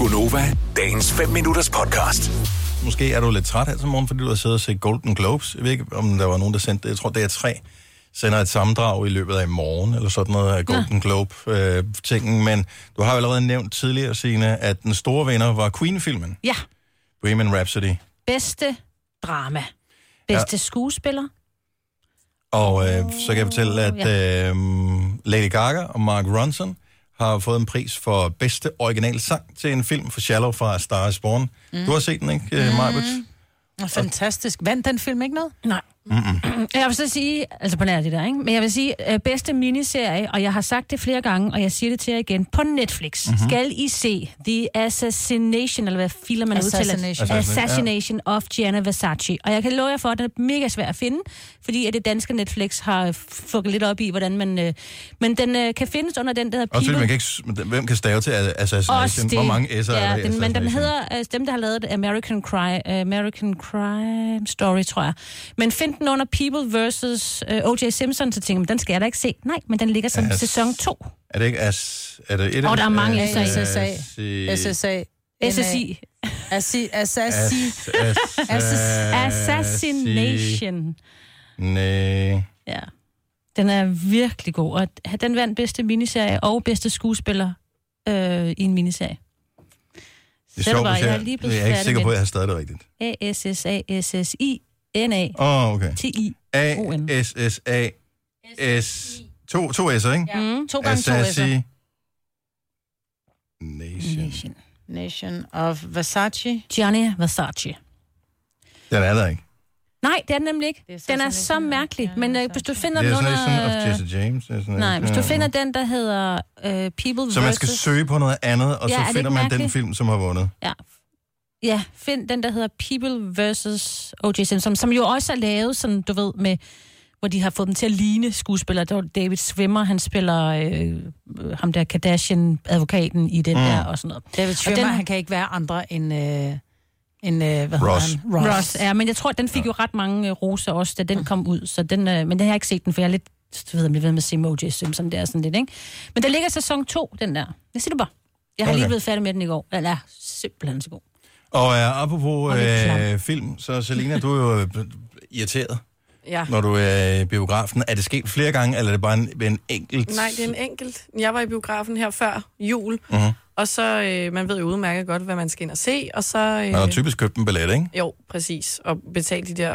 Gunova, dagens 5 minutters podcast. Måske er du lidt træt her til morgen, fordi du har siddet og set Golden Globes. Jeg ved ikke, om der var nogen, der sendte det. Jeg tror, DR3 sender et sammendrag i løbet af i morgen, eller sådan noget af Golden Globe-tingen. Men du har jo allerede nævnt tidligere, Signe, at den store vinder var Queen-filmen. Ja. Bohemian Rhapsody. Bedste drama. Bedste skuespiller. Og så kan jeg fortælle, at Lady Gaga og Mark Ronson har fået en pris for bedste original sang til en film for Shallow fra Star is Born. Du har set den, ikke, Maj-Brit? Fantastisk. Vandt den film ikke noget? Nej. Jeg vil så sige, altså på nær det der, ikke? Men jeg vil sige, bedste miniserie, og jeg har sagt det flere gange, og jeg siger det til jer igen, på Netflix skal I se The Assassination, eller hvad filer man udtaler? Assassination of Gianni Versace. Og jeg kan love jer for, at den er mega svær at finde, fordi at det danske Netflix har fukket lidt op i, hvordan man... men den kan findes under den, der hedder People... Man kan ikke, hvem kan stave til Assassination? Hvor mange S'er er der? Men den hedder, dem der har lavet American Crime Story, tror jeg. Men find den under People vs. O.J. Simpson, så tænker man, den skal jeg da ikke se. Nej, men den ligger som sæson 2. Er det ikke er det et der er mange SSI. Assassination. Nej. Ja. Den er virkelig god, og den vandt bedste miniserie og bedste skuespiller i en miniserie. Det er sjovt, jeg er ikke sikker på, at jeg har stadig det rigtigt. Assassination. Okay. T-I-O-N. A-S-S-A-S... To S'er, ikke? Ja. 2 gange 2 S'er. Nation of Versace. Gianni Versace. Den er der ikke. Nej, det er den nemlig ikke. Den er så mærkelig. Men hvis du finder den under... of Jesse James. Nej, hvis du finder den, der hedder People vs. Så man skal søge på noget andet, og så finder man den film, som har vundet. Ja, find den, der hedder People vs. O.J. Simpson, som jo også er lavet sådan, du ved, med, hvor de har fået dem til at ligne skuespillere. Der var David Schwimmer, han spiller ham der Kardashian-advokaten i den der og sådan noget. David Schwimmer, han kan ikke være andre end Ross. Ross, ja, men jeg tror, at den fik jo ret mange roser også, da den kom ud. Så den, men den har jeg ikke set den, for jeg er lidt, ved med at se O.J. Simpson, det er sådan lidt, ikke? Men der ligger sæson 2, den der. Hvad siger du bare? Jeg har lige blevet færdig med den i går. Eller er simpelthen så god. Og apropos film, så Selina, du er jo irriteret, når du er i biografen. Er det sket flere gange, eller er det bare en enkelt? Nej, det er en enkelt. Jeg var i biografen her før jul, og så, man ved jo udmærket godt, hvad man skal ind og se, og så... Man har typisk købt en billet, ikke? Jo, præcis, og betalt de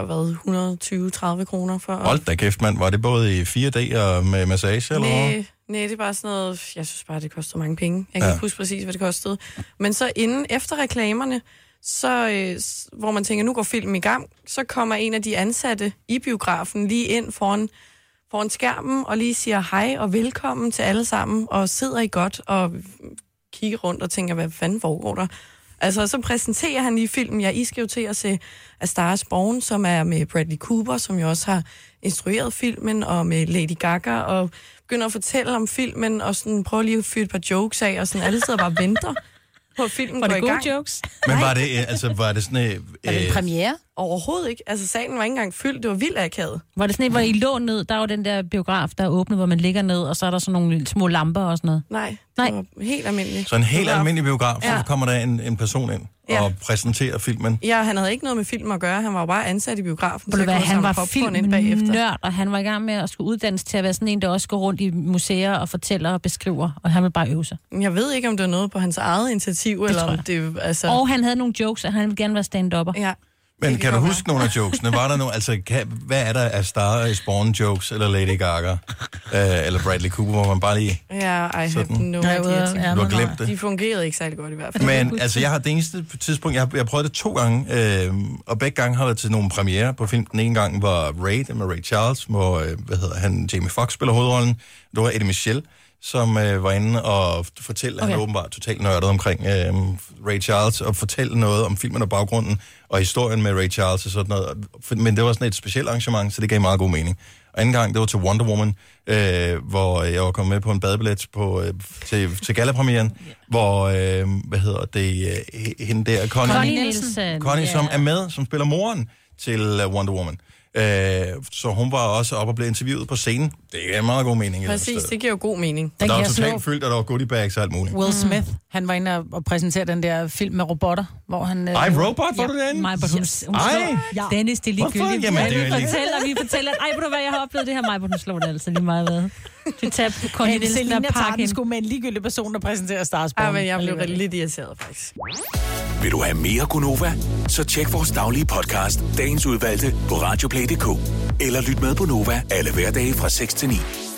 der, 120-30 kroner for... Hold da kæft, mand. Var det både i 4D og med massage, eller hvad? Nej, det er bare sådan noget... Jeg synes bare, det kostede mange penge. Jeg kan ikke huske præcis, hvad det kostede. Men så efter reklamerne, så, hvor man tænker, nu går filmen i gang, så kommer en af de ansatte i biografen lige ind foran skærmen og lige siger hej og velkommen til alle sammen, og sidder I godt og kigger rundt og tænker, hvad fanden foregår der? Altså, så præsenterer han lige filmen. I skal jo til at se A Star is Born, som er med Bradley Cooper, som jo også har instrueret filmen, og med Lady Gaga, og begynder at fortælle om filmen, og sådan prøver lige at fyre et par jokes af, og sådan alle sidder bare og venter på filmen går i gang. Var det gode jokes? Men var det sådan en... Var det en premiere? Overhovedet ikke. Altså, salen var ikke engang fyldt. Det var vildt akavet. Var det sådan et, hvor I lå ned? Der var den der biograf, der er åbnet, hvor man ligger ned, og så er der sådan nogle små lamper og sådan noget? Nej, det var helt almindeligt. Så en helt almindelig biograf, så kommer der en person ind og præsenterer filmen? Ja, han havde ikke noget med film at gøre. Han var jo bare ansat i biografen. Han var filmnørd, og han var i gang med at skulle uddannes til at være sådan en, der også går rundt i museer og fortæller og beskriver, og han vil bare øve sig. Jeg ved ikke, om det var noget på hans eget initiativ, eller om det... Altså... Og han havde nogle jokes, og han ville gerne være stand-upper. Ja. Men kan du huske nogle af jokesene? Var der nogle, hvad er der af Star is Born jokes, eller Lady Gaga, eller Bradley Cooper, hvor man bare lige... Ja, I have no idea. Du har glemt det. De fungerede ikke særlig godt i hvert fald. Men altså, jeg har det eneste tidspunkt, jeg prøvede det 2 gange, og begge gange har været til nogle premiere på film. Den ene gang var Raid med Ray Charles, hvor, Jamie Foxx spiller hovedrollen. Det var Eddie Michel, som var inde og fortælle, han er åbenbart totalt nørdet omkring Ray Charles, og fortælle noget om filmen og baggrunden, og historien med Ray Charles og sådan noget. Men det var sådan et specielt arrangement, så det gav meget god mening. Og anden gang, det var til Wonder Woman, hvor jeg var kommet med på en badebillet til gallapremieren, hvor, hende der, Connie Nielsen, som er med, som spiller moren til Wonder Woman. Så hun var også oppe og blev interviewet på scenen. Det er en meget god mening. Præcis, det giver jo god mening. Der var totalt fyldt, at der var goodie bags og alt muligt. Will Smith, han var inde og præsentere den der film med robotter, hvor han... Robot, var du derinde? Majbert, hun slår. Dennis, det er ligegyldigt. Jamen, det Vi fortæller, ved du hvad, jeg har oplevet det her, Majbert, hun slår det altså lige meget ved. Vi tager Connie Nielsen og pakke hende. Skulle med en ligegyldig person, der præsenterer Starsborg. Ja, men jeg blev lidt irriteret, faktisk. Vil du have mere Gunova? Så tjek vores daglige podcast, Dagens Udvalgte, på radioplay.dk. Eller lyt med på Nova alle hverdage fra 6 til 9.